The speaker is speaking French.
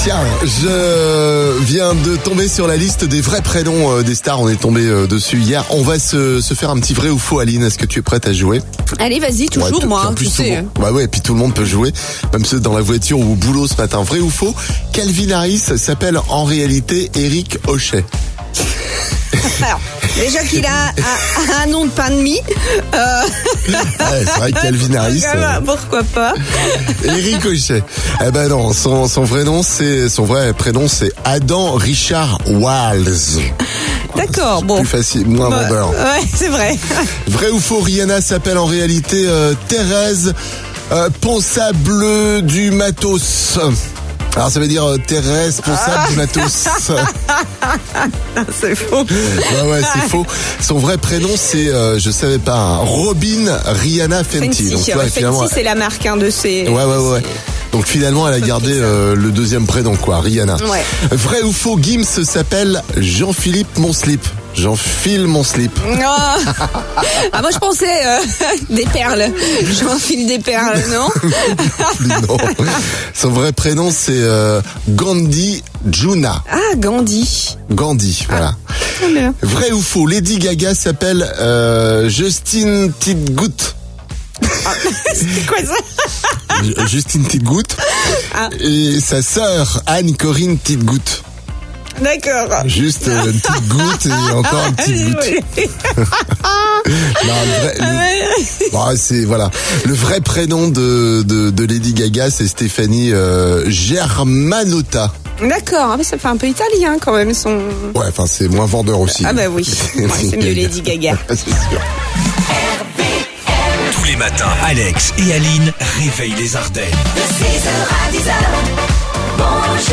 Tiens, je viens de tomber sur la liste des vrais prénoms des stars. On est tombé dessus hier. On va se faire un petit vrai ou faux, Aline. Est-ce que tu es prête à jouer? Allez, vas-y, toujours moi, tu sais. Bah ouais, et puis tout le monde peut jouer. Même ceux dans la voiture ou au boulot ce matin. Vrai ou faux? Calvin Harris s'appelle en réalité Eric Hochet. Alors, déjà qu'il a un nom de pain de mie. Ouais, c'est vrai que Calvin Harris. Pourquoi pas? Eric Hochet. Eh ben non, son vrai prénom c'est Adam Richard Walls. D'accord, bon. Plus facile, moins vendeur. Ouais, c'est vrai. Vrai ou faux, Rihanna s'appelle en réalité Thérèse Ponsable du Matos. Alors ça veut dire Thérèse Ponsable du Matos. C'est faux. Ouais, c'est faux. Son vrai prénom c'est, je savais pas, hein, Robin Rihanna Fenty. Donc, Fenty, c'est la marque de ses... Ouais. Donc finalement, elle a gardé le deuxième prénom, quoi, Rihanna. Ouais. Vrai ou faux, Gims s'appelle Jean-Philippe Monslip. J'enfile mon slip. Ah, moi je pensais des perles. J'enfile des perles, non? Non. Son vrai prénom c'est Gandhi Juna. Ah, Gandhi, voilà. Très bien. Vrai ou faux, Lady Gaga s'appelle Justine Tidgout. C'est quoi ça? Justine Tidgout. Ah. Et sa sœur Anne-Corinne Tidgout. D'accord. Juste une petite goutte et encore une petite goutte. Non, le vrai prénom de Lady Gaga, c'est Stéphanie Germanotta. D'accord, mais ça fait un peu italien quand même son... Ouais, enfin c'est moins vendeur aussi. Ah bah oui, c'est mieux Lady Gaga. C'est sûr. Tous les matins, Alex et Aline réveillent les Ardennes. De 6h à 10h, bonjour.